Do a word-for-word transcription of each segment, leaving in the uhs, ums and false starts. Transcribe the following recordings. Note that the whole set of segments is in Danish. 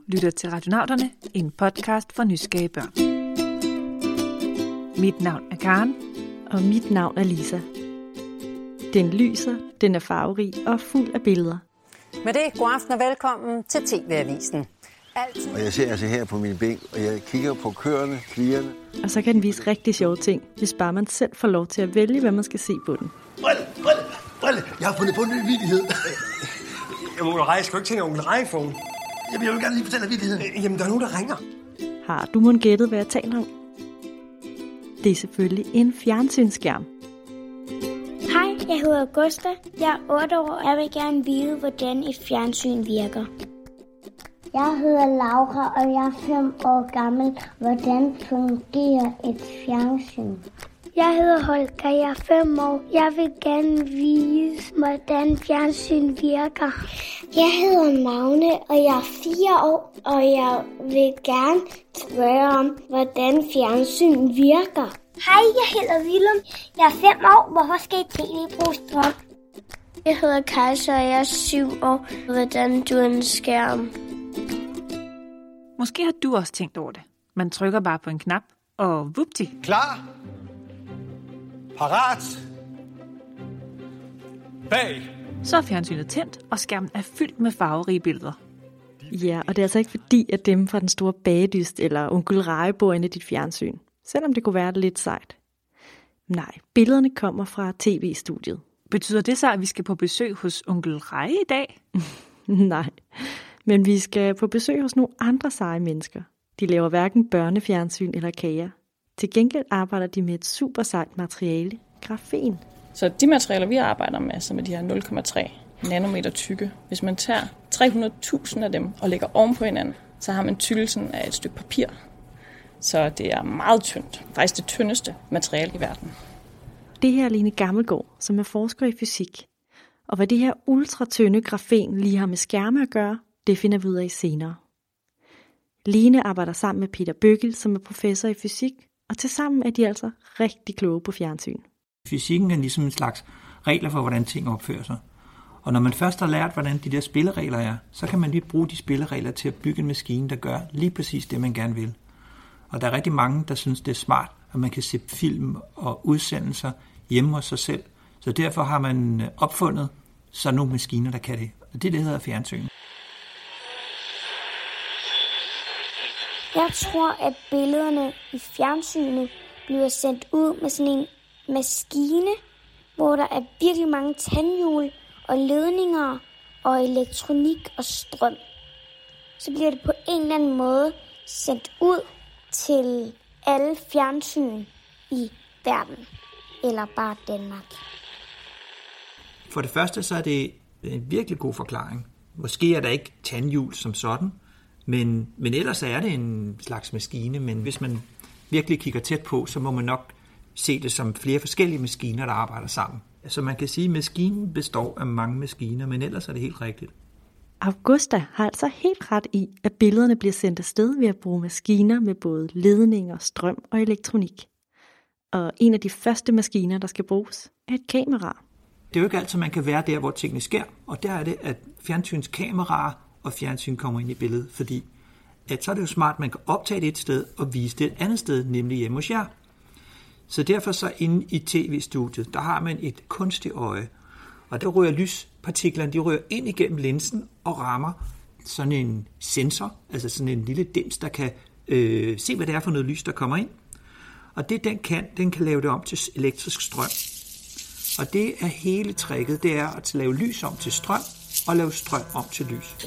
lytter til Radionauterne, en podcast for nysgerrige børn. Mit navn er Karen. Og mit navn er Lisa. Den lyser, den er farverig og fuld af billeder. Med det, god aften og velkommen til T V-avisen. Altid. Og jeg ser altså her på mine bænk, og jeg kigger på køerne, klierne. Og så kan den vise rigtig sjove ting, hvis bare man selv får lov til at vælge, hvad man skal se på den. Brille, brille, brille. Jeg har fundet på en ny vittighed. Jamen, onkel Rej, skal du ikke tænke onkel Rej-phone? Jamen, jeg vil gerne lige fortælle vittigheden. Jamen, der er nogen, der ringer. Har du mon gættet, hvad jeg taler om? Det er selvfølgelig en fjernsynsskærm. Hej, jeg hedder Augusta. Jeg er otte år, og jeg vil gerne vide, hvordan et fjernsyn virker. Jeg hedder Laura, og jeg er fem år gammel. Hvordan fungerer et fjernsyn? Jeg hedder Holger, jeg er fem år. Jeg vil gerne vise, hvordan fjernsyn virker. Jeg hedder Magne, og jeg er fire år, og jeg vil gerne spørge om, hvordan fjernsyn virker. Hej, jeg hedder Willem. Jeg er fem år. Hvorfor skal et tv bruge strøm? Jeg hedder Kajsa, og jeg er syv år. Hvordan du en skærm? Måske har du også tænkt over det. Man trykker bare på en knap, og vupti. Klar. Parat. Bag. Så er fjernsynet tændt, og skærmen er fyldt med farverige billeder. Ja, og det er altså ikke fordi, at dem fra den store bagedyst eller onkel Rej bor inde i dit fjernsyn. Selvom det kunne være lidt sejt. Nej, billederne kommer fra tv-studiet. Betyder det så, at vi skal på besøg hos onkel Rej i dag? Nej, men vi skal på besøg hos nogle andre seje mennesker. De laver hverken børnefjernsyn eller kager. Til gengæld arbejder de med et super sejt materiale, grafen. Så de materialer, vi arbejder med, som er de her nul komma tre nanometer tykke, hvis man tager tre hundrede tusind af dem og lægger oven på hinanden, så har man tykkelsen af et stykke papir. Så det er meget tyndt. Faktisk det tyndeste materiale i verden. Det her er Line Gammelgaard, som er forsker i fysik. Og hvad det her ultratynde grafen lige har med skærme at gøre, det finder vi ud af senere. Line arbejder sammen med Peter Bøgel, som er professor i fysik, og tilsammen er de altså rigtig kloge på fjernsyn. Fysikken er ligesom en slags regler for, hvordan ting opfører sig. Og når man først har lært, hvordan de der spilleregler er, så kan man lige bruge de spilleregler til at bygge en maskine, der gør lige præcis det, man gerne vil. Og der er rigtig mange, der synes, det er smart, at man kan se film og udsendelser hjemme hos sig selv. Så derfor har man opfundet sådan nogle maskiner, der kan det. Og det, det hedder fjernsyn. Jeg tror, at billederne i fjernsynet bliver sendt ud med sådan en maskine, hvor der er virkelig mange tandhjul og ledninger og elektronik og strøm. Så bliver det på en eller anden måde sendt ud til alle fjernsyn i verden, eller bare Danmark. For det første så er det en virkelig god forklaring. Måske er der ikke tandhjul som sådan, men, men ellers er det en slags maskine. Men hvis man virkelig kigger tæt på, så må man nok se det som flere forskellige maskiner, der arbejder sammen. Så man kan sige, at maskinen består af mange maskiner, men ellers er det helt rigtigt. Augusta har altså helt ret i, at billederne bliver sendt afsted ved at bruge maskiner med både ledninger, strøm og elektronik. Og en af de første maskiner, der skal bruges, er et kamera. Det er jo ikke altid, man kan være der, hvor tingene sker, og der er det, at fjernsynskameraer og fjernsyn kommer ind i billedet, fordi at så er det jo smart, at man kan optage det et sted og vise det et andet sted, nemlig hjemme hos jer. Så derfor så inde i tv-studiet, der har man et kunstigt øje, og der rører lyspartiklerne, de rører ind igennem linsen og rammer sådan en sensor, altså sådan en lille dims, der kan øh, se, hvad det er for noget lys, der kommer ind. Og det den kan, den kan lave det om til elektrisk strøm. Og det er hele tricket, det er at lave lys om til strøm og lave strøm om til lys.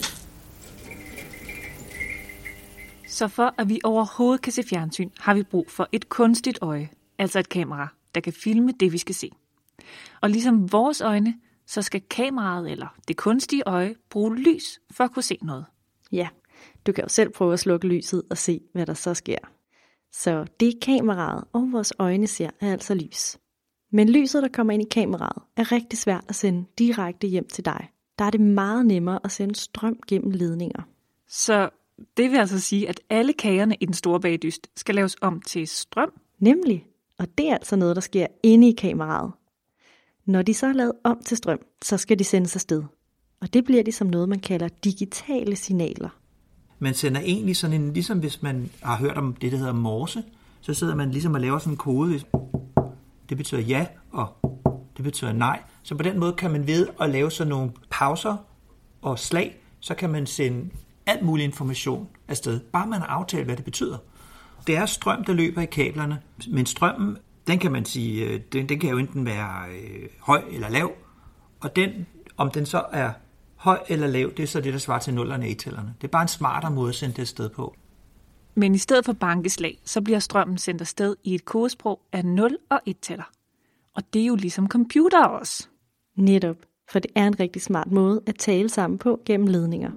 Så for at vi overhovedet kan se fjernsyn, har vi brug for et kunstigt øje, altså et kamera, der kan filme det, vi skal se. Og ligesom vores øjne, så skal kameraet eller det kunstige øje bruge lys for at kunne se noget. Ja, du kan jo selv prøve at slukke lyset og se, hvad der så sker. Så det kameraet og vores øjne ser er altså lys. Men lyset, der kommer ind i kameraet, er rigtig svært at sende direkte hjem til dig. Der er det meget nemmere at sende strøm gennem ledninger. Så det vil altså sige, at alle kagerne i den store bagdyst skal laves om til strøm? Nemlig, og det er altså noget, der sker inde i kameraet. Når de så er lavet om til strøm, så skal de sendes afsted. Og det bliver de som noget, man kalder digitale signaler. Man sender egentlig sådan en, ligesom hvis man har hørt om det, der hedder morse, så sidder man ligesom og laver sådan en kode. Det betyder ja, og det betyder nej. Så på den måde kan man ved at lave sådan nogle pauser og slag, så kan man sende alt mulig information afsted. Bare man har aftalt, hvad det betyder. Det er strøm, der løber i kablerne, men strømmen, den kan man sige, den, den kan jo enten være øh, høj eller lav, og den, om den så er høj eller lav, det er så det, der svarer til nullerne og et-tællerne. Det er bare en smartere måde at sende det afsted på. Men i stedet for bankeslag, så bliver strømmen sendt afsted i et kodesprog af nul og et-tæller. Og det er jo ligesom computer også. Netop, for det er en rigtig smart måde at tale sammen på gennem ledninger.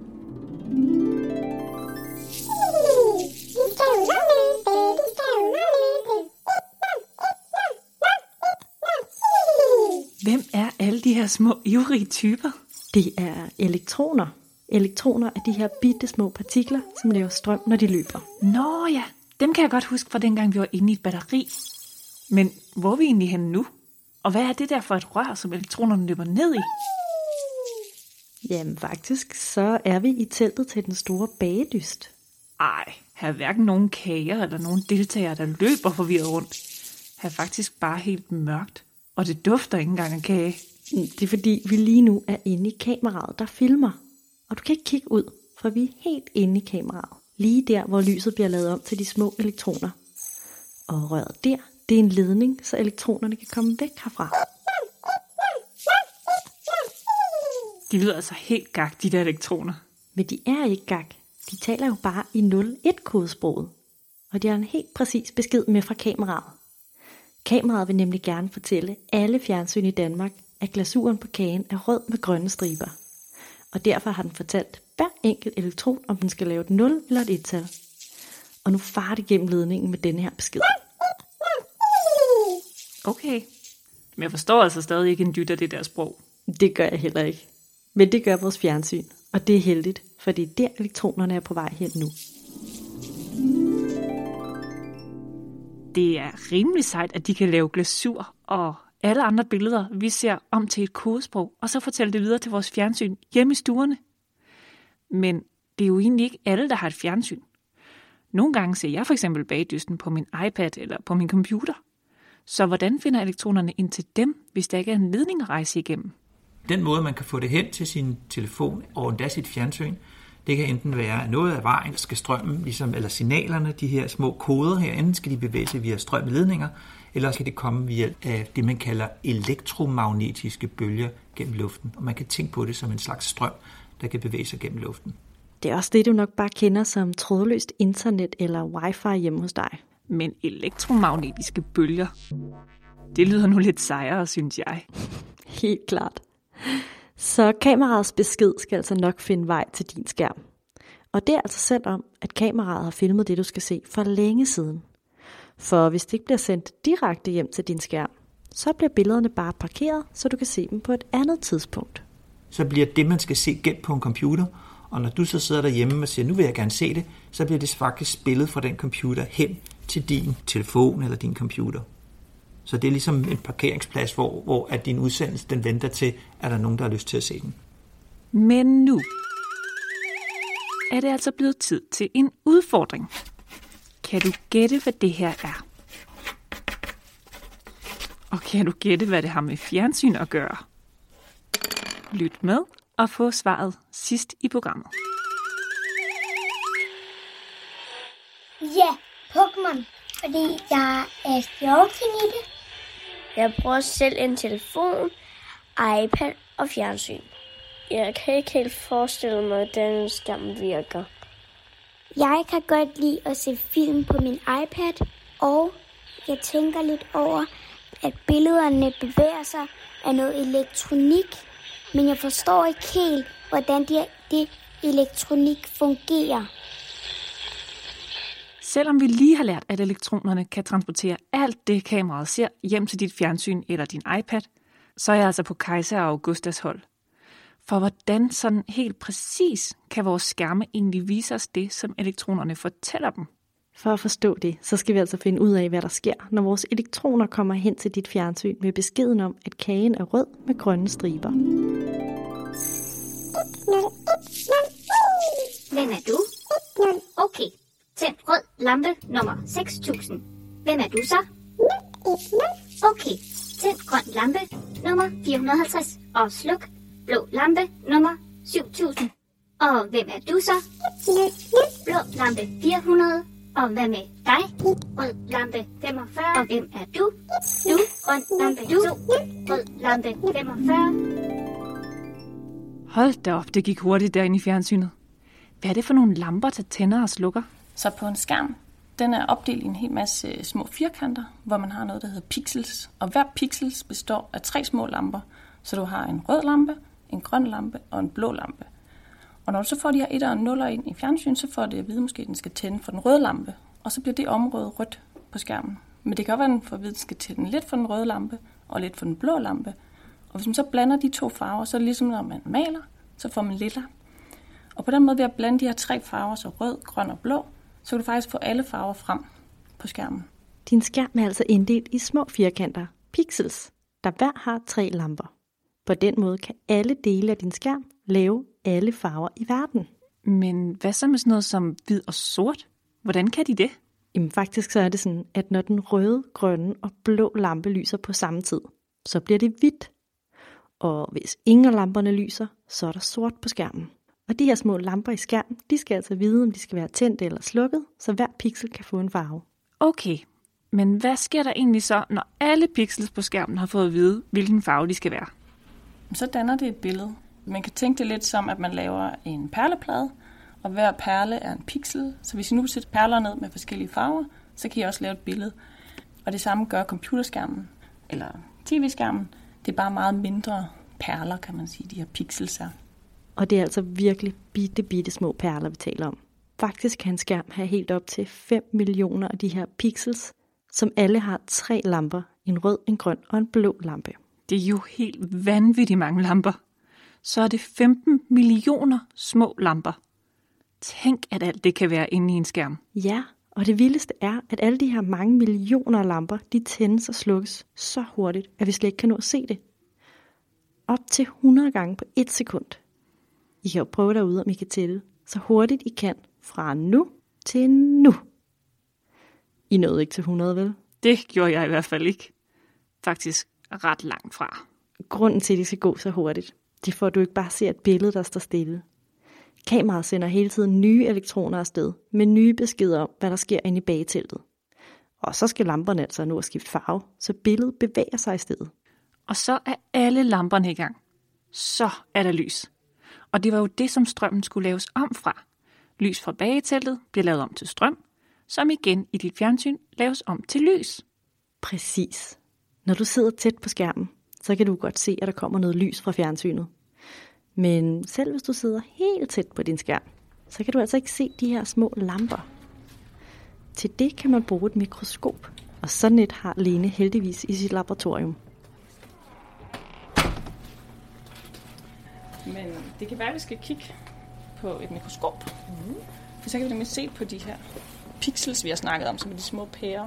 Hvem er alle de her små ivrige typer? Det er elektroner. Elektroner er de her bitte små partikler, som laver strøm, når de løber. Nå ja, dem kan jeg godt huske fra dengang, vi var inde i et batteri. Men hvor er vi egentlig henne nu? Og hvad er det der for et rør, som elektronerne løber ned i? Jamen faktisk, så er vi i teltet til den store bagedyst. Ej, her er hverken nogen kager eller nogen deltagere, der løber forvirret rundt. Her er faktisk bare helt mørkt, og det dufter ikke engang af kage. Det er fordi, vi lige nu er inde i kameraet, der filmer. Og du kan ikke kigge ud, for vi er helt inde i kameraet. Lige der, hvor lyset bliver lavet om til de små elektroner. Og røret der, det er en ledning, så elektronerne kan komme væk herfra. De lyder altså helt gak, de der elektroner. Men de er ikke gak. De taler jo bare i nul et kodesproget. Og de har en helt præcis besked med fra kameraet. Kameraet vil nemlig gerne fortælle alle fjernsyn i Danmark, at glasuren på kagen er rød med grønne striber. Og derfor har den fortalt hver enkelt elektron, om den skal lave et nul eller et et-tal. Og nu farer det gennem ledningen med denne her besked. Okay, men jeg forstår altså stadig ikke en dyt af det der sprog. Det gør jeg heller ikke. Men det gør vores fjernsyn, og det er heldigt, for det er der elektronerne er på vej hen nu. Det er rimelig sejt, at de kan lave glasur og alle andre billeder, vi ser, om til et kodesprog, og så fortælle det videre til vores fjernsyn hjemme i stuerne. Men det er jo egentlig ikke alle, der har et fjernsyn. Nogle gange ser jeg for eksempel bagdysten på min iPad eller på min computer. Så hvordan finder elektronerne ind til dem, hvis der ikke er en ledning at rejse igennem? Den måde, man kan få det hen til sin telefon og endda sit fjernsyn, det kan enten være noget af vejen, skal strømmen, ligesom, eller signalerne, de her små koder her, enten skal de bevæge sig via strømledninger, eller skal det komme via af det, man kalder elektromagnetiske bølger gennem luften. Og man kan tænke på det som en slags strøm, der kan bevæge sig gennem luften. Det er også det, du nok bare kender som trådløst internet eller wifi hjemme hos dig. Men elektromagnetiske bølger, det lyder nu lidt sejere, synes jeg. Helt klart. Så kameraets besked skal altså nok finde vej til din skærm. Og det er altså selvom, at kameraet har filmet det, du skal se for længe siden. For hvis det ikke bliver sendt direkte hjem til din skærm, så bliver billederne bare parkeret, så du kan se dem på et andet tidspunkt. Så bliver det, man skal se, gemt på en computer, og når du så sidder derhjemme og siger, nu vil jeg gerne se det, så bliver det faktisk spillet fra den computer hen til din telefon eller din computer. Så det er ligesom en parkeringsplads, hvor, hvor at din udsendelse den venter til, at der er nogen, der har lyst til at se den. Men nu er det altså blevet tid til en udfordring. Kan du gætte, hvad det her er? Og kan du gætte, hvad det har med fjernsyn at gøre? Lyt med og få svaret sidst i programmet. Ja, Pokémon. Fordi der er sjove ting i det. Jeg bruger selv en telefon, iPad og fjernsyn. Jeg kan ikke helt forestille mig, at den skærm virker. Jeg kan godt lide at se film på min iPad, og jeg tænker lidt over, at billederne bevæger sig af noget elektronik, men jeg forstår ikke helt, hvordan det, det elektronik fungerer. Selvom vi lige har lært, at elektronerne kan transportere alt det, kameraet ser, hjem til dit fjernsyn eller din iPad, så er jeg altså på Kajsa og Augustas hold. For hvordan sådan helt præcis kan vores skærme egentlig vise os det, som elektronerne fortæller dem? For at forstå det, så skal vi altså finde ud af, hvad der sker, når vores elektroner kommer hen til dit fjernsyn med beskeden om, at kagen er rød med grønne striber. Hvem er du? Okay. Tænd rød lampe nummer seks tusind. Hvem er du så? Okay. Tænd grøn lampe nummer fire hundrede og halvtreds. Og sluk blå lampe nummer syv tusind. Og hvem er du så? Blå lampe fire hundrede. Og hvad med dig? Rød lampe femogfyrre. Og hvem er du? Du. Grøn lampe to. Rød lampe femogfyrre. Hold da op, det gik hurtigt derinde i fjernsynet. Hvad er det for nogle lamper, der tænder og slukker? Så på en skærm, den er opdelt i en hel masse små firkanter, hvor man har noget, der hedder pixels. Og hver pixels består af tre små lamper. Så du har en rød lampe, en grøn lampe og en blå lampe. Og når du så får de her etter og nuller ind i fjernsyn, så får det at vide, måske at den skal tænde for den røde lampe. Og så bliver det område rødt på skærmen. Men det kan også være, at den får at vide, at den skal tænde lidt for den røde lampe og lidt for den blå lampe. Og hvis man så blander de to farver, så er det ligesom når man maler, så får man lilla. Og på den måde ved at blande de her tre farver, så rød, grøn og blå, så kan du faktisk få alle farver frem på skærmen. Din skærm er altså inddelt i små firkanter, pixels, der hver har tre lamper. På den måde kan alle dele af din skærm lave alle farver i verden. Men hvad så med sådan noget som hvid og sort? Hvordan kan de det? Jamen faktisk så er det sådan, at når den røde, grønne og blå lampe lyser på samme tid, så bliver det hvidt. Og hvis ingen af lamperne lyser, så er der sort på skærmen. Og de her små lamper i skærmen, de skal altså vide, om de skal være tændt eller slukket, så hver pixel kan få en farve. Okay, men hvad sker der egentlig så, når alle pixels på skærmen har fået at vide, hvilken farve de skal være? Så danner det et billede. Man kan tænke det lidt som, at man laver en perleplade, og hver perle er en pixel. Så hvis I nu sætter perler ned med forskellige farver, så kan I også lave et billede. Og det samme gør computerskærmen, eller tv-skærmen. Det er bare meget mindre perler, kan man sige, de her pixels er. Og det er altså virkelig bitte, bitte små perler, vi taler om. Faktisk kan en skærm have helt op til fem millioner af de her pixels, som alle har tre lamper, en rød, en grøn og en blå lampe. Det er jo helt vanvittigt mange lamper. Så er det femten millioner små lamper. Tænk, at alt det kan være inde i en skærm. Ja, og det vildeste er, at alle de her mange millioner af lamper, de tændes og slukkes så hurtigt, at vi slet ikke kan nå at se det. Op til hundrede gange på et sekund. I kan jo prøve derude, om I kan tælle så hurtigt I kan fra nu til nu. I nåede ikke til hundrede, vel? Det gjorde jeg i hvert fald ikke. Faktisk ret langt fra. Grunden til, at det skal gå så hurtigt, det får du ikke bare se et billede, der står stille. Kameraet sender hele tiden nye elektroner afsted med nye beskeder om, hvad der sker inde i bagteltet. Og så skal lamperne altså nu at skifte farve, så billedet bevæger sig i stedet. Og så er alle lamperne i gang. Så er der lys. Og det var jo det, som strømmen skulle laves om fra. Lys fra bageteltet bliver lavet om til strøm, som igen i dit fjernsyn laves om til lys. Præcis. Når du sidder tæt på skærmen, så kan du godt se, at der kommer noget lys fra fjernsynet. Men selv hvis du sidder helt tæt på din skærm, så kan du altså ikke se de her små lamper. Til det kan man bruge et mikroskop, og sådan et har Lene heldigvis i sit laboratorium. Men det kan være, at vi skal kigge på et mikroskop. Mm. For så kan vi nemlig se på de her pixels, vi har snakket om, som er de små pærer.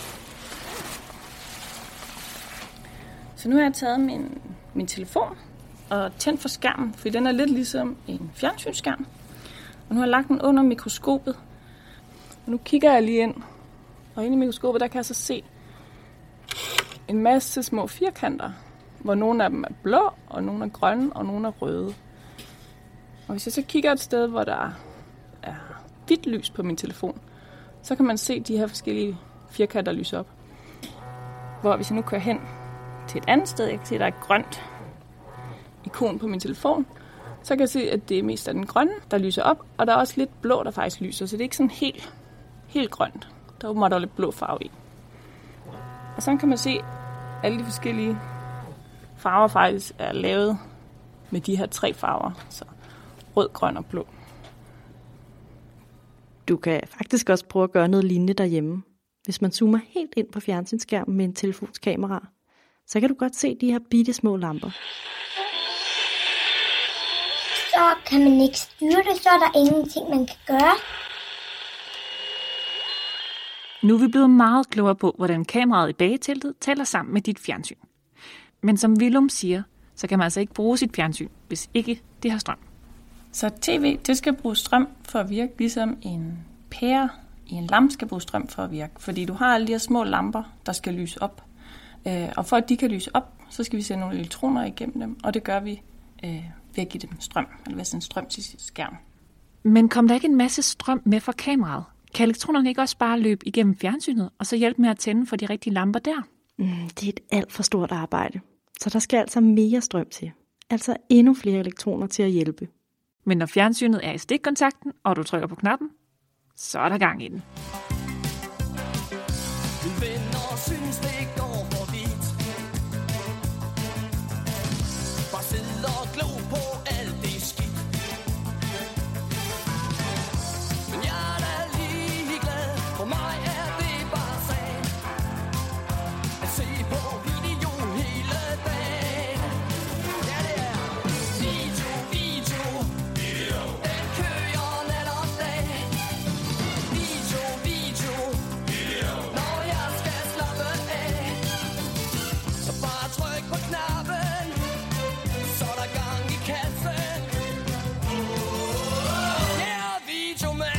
Så nu har jeg taget min, min telefon og tændt for skærmen, for den er lidt ligesom en fjernsynsskærm. Og nu har jeg lagt den under mikroskopet. Og nu kigger jeg lige ind. Og inde i mikroskopet, der kan jeg så se en masse små firkanter, hvor nogle af dem er blå, og nogle er grønne, og nogle er røde. Og hvis jeg så kigger et sted, hvor der er hvidt lys på min telefon, så kan man se de her forskellige firkanter lyse op. Hvor hvis jeg nu kører hen til et andet sted, jeg kan se, at der er et grønt ikon på min telefon, så kan jeg se, at det er mest af den grønne, der lyser op, og der er også lidt blå, der faktisk lyser, så det er ikke sådan helt, helt grønt. Der er åbenbart lidt blå farve i. Og så kan man se, at alle de forskellige farver faktisk er lavet med de her tre farver, så rød, grøn og blå. Du kan faktisk også prøve at gøre noget lignende derhjemme. Hvis man zoomer helt ind på fjernsynsskærmen med en telefonskamera, så kan du godt se de her bitte små lamper. Så kan man ikke styre det, så er der ingenting, man kan gøre. Nu er vi blevet meget klogere på, hvordan kameraet i bageteltet taler sammen med dit fjernsyn. Men som Willum siger, så kan man altså ikke bruge sit fjernsyn, hvis ikke det har strøm. Så tv, det skal bruge strøm for at virke, ligesom en pære i en lampe skal bruge strøm for at virke. Fordi du har alle de her små lamper, der skal lyse op. Og for at de kan lyse op, så skal vi sende nogle elektroner igennem dem, og det gør vi øh, ved at give dem strøm, eller ved at sende strøm til skærmen. Men kom der ikke en masse strøm med fra kameraet? Kan elektronerne ikke også bare løbe igennem fjernsynet, og så hjælpe med at tænde for de rigtige lamper der? Mm, det er et alt for stort arbejde, så der skal altså mere strøm til. Altså endnu flere elektroner til at hjælpe. Men når fjernsynet er i stikkontakten, og du trykker på knappen, så er der gang i den. Mine venner synes, det går for vidt. Bare sidde og glo på alt det skidt. Men jeg er da ligeglad, for mig er det bare sand. At se på video hele dagen. Ja, det er video, video, video. Den kører nat og dag. Video, video, video. Når jeg skal slappe af, så bare tryk på knappen, så er der gang i kassen. Ja, videoman.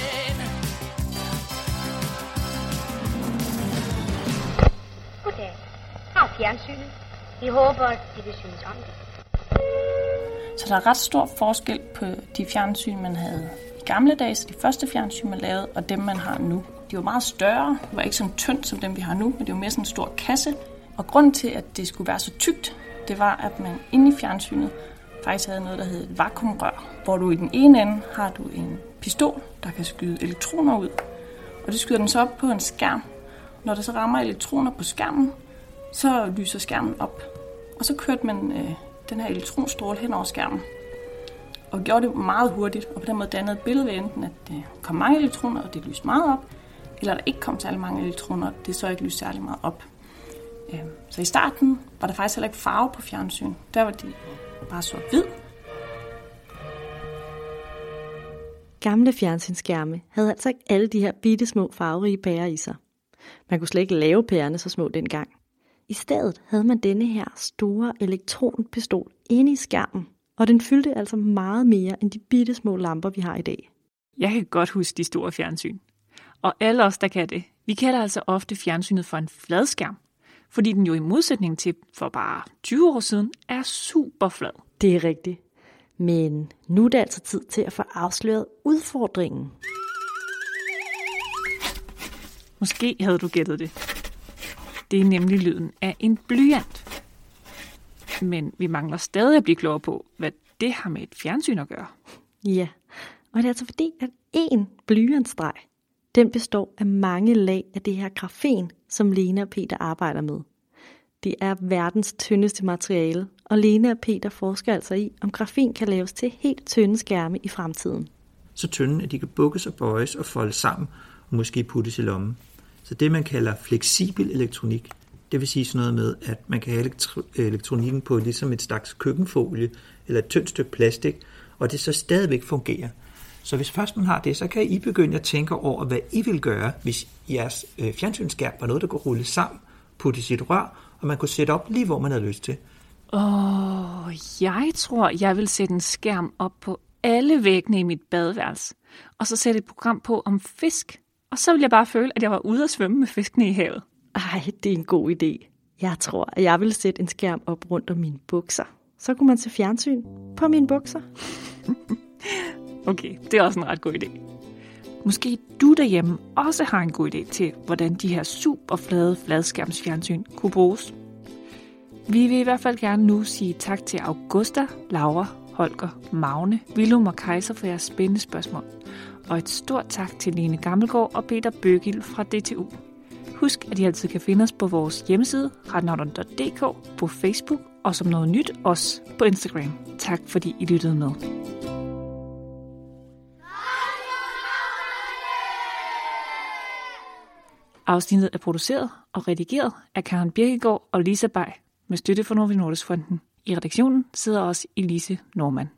Goddag. Her er fjernsynet. Vi håber, I vil synes om det. Så der er ret stor forskel på de fjernsyn, man havde i gamle dage, så de første fjernsyn, man lavede, og dem, man har nu. De var meget større. Det var ikke sådan tyndt som dem, vi har nu, men det var mere sådan en stor kasse. Og grunden til, at det skulle være så tykt, det var, at man inde i fjernsynet faktisk havde noget, der hed et vakuumrør, hvor du i den ene ende har du en pistol, der kan skyde elektroner ud. Og det skyder den så op på en skærm. Når der så rammer elektroner på skærmen, så lyser skærmen op. Og så kørte man øh, den her elektronstråle hen over skærmen. Og gjorde det meget hurtigt, og på den måde dannede et billede ved enten, at der kom mange elektroner, og det lyste meget op, eller der ikke kom særlig mange elektroner, og det så ikke lyste særlig meget op. Så i starten var der faktisk heller ikke farve på fjernsyn. Der var de bare sort-hvid. Gamle fjernsynsskærme havde altså ikke alle de her bitte små farverige pærer i sig. Man kunne slet ikke lave pærerne så små dengang. I stedet havde man denne her store elektronpistol inde i skærmen, og den fyldte altså meget mere end de bitte små lamper, vi har i dag. Jeg kan godt huske de store fjernsyn. Og alle os, der kan det, vi kalder altså ofte fjernsynet for en fladskærm, fordi den jo i modsætning til for bare tyve år siden er super flad. Det er rigtigt. Men nu er det altså tid til at få afsløret udfordringen. Måske havde du gættet det. Det er nemlig lyden af en blyant. Men vi mangler stadig at blive klogere på, hvad det har med et fjernsyn at gøre. Ja, og det er altså fordi, at én blyantstreg, den består af mange lag af det her grafen, som Lene og Peter arbejder med. Det er verdens tyndeste materiale, og Lene og Peter forsker altså i, om grafen kan laves til helt tynde skærme i fremtiden. Så tynde, at de kan bukkes og bøjes og folde sammen, og måske puttes i lommen. Så det, man kalder fleksibel elektronik, det vil sige sådan noget med, at man kan have elektro- elektronikken på ligesom et slags køkkenfolie eller et tyndt stykke plastik, og det så stadigvæk fungerer. Så hvis først man har det, så kan I begynde at tænke over, hvad I vil gøre, hvis jeres øh, fjernsynsskærm var noget, der kunne rulle sammen, puttes i et rør, og man kunne sætte op lige, hvor man havde lyst til. Åh, oh, jeg tror, jeg vil sætte en skærm op på alle væggene i mit badeværelse, og så sætte et program på om fisk. Og så ville jeg bare føle, at jeg var ude at svømme med fiskene i havet. Ej, det er en god idé. Jeg tror, at jeg vil sætte en skærm op rundt om mine bukser. Så kunne man se fjernsyn på mine bukser. Okay, det er også en ret god idé. Måske du derhjemme også har en god idé til, hvordan de her super flade fladskærmsfjernsyn kunne bruges. Vi vil i hvert fald gerne nu sige tak til Augusta, Laura, Holger, Magne, Willum og Kaiser for jeres spændende spørgsmål. Og et stort tak til Lene Gammelgaard og Peter Bøgil fra D T U. Husk, at I altid kan finde os på vores hjemmeside, radionauterne punktum d k, på Facebook og som noget nyt også på Instagram. Tak fordi I lyttede med. Afsnittet er produceret og redigeret af Karen Birkegaard og Lisa Bay med støtte fra Novo Nordisk Fonden. I redaktionen sidder også Elise Norman.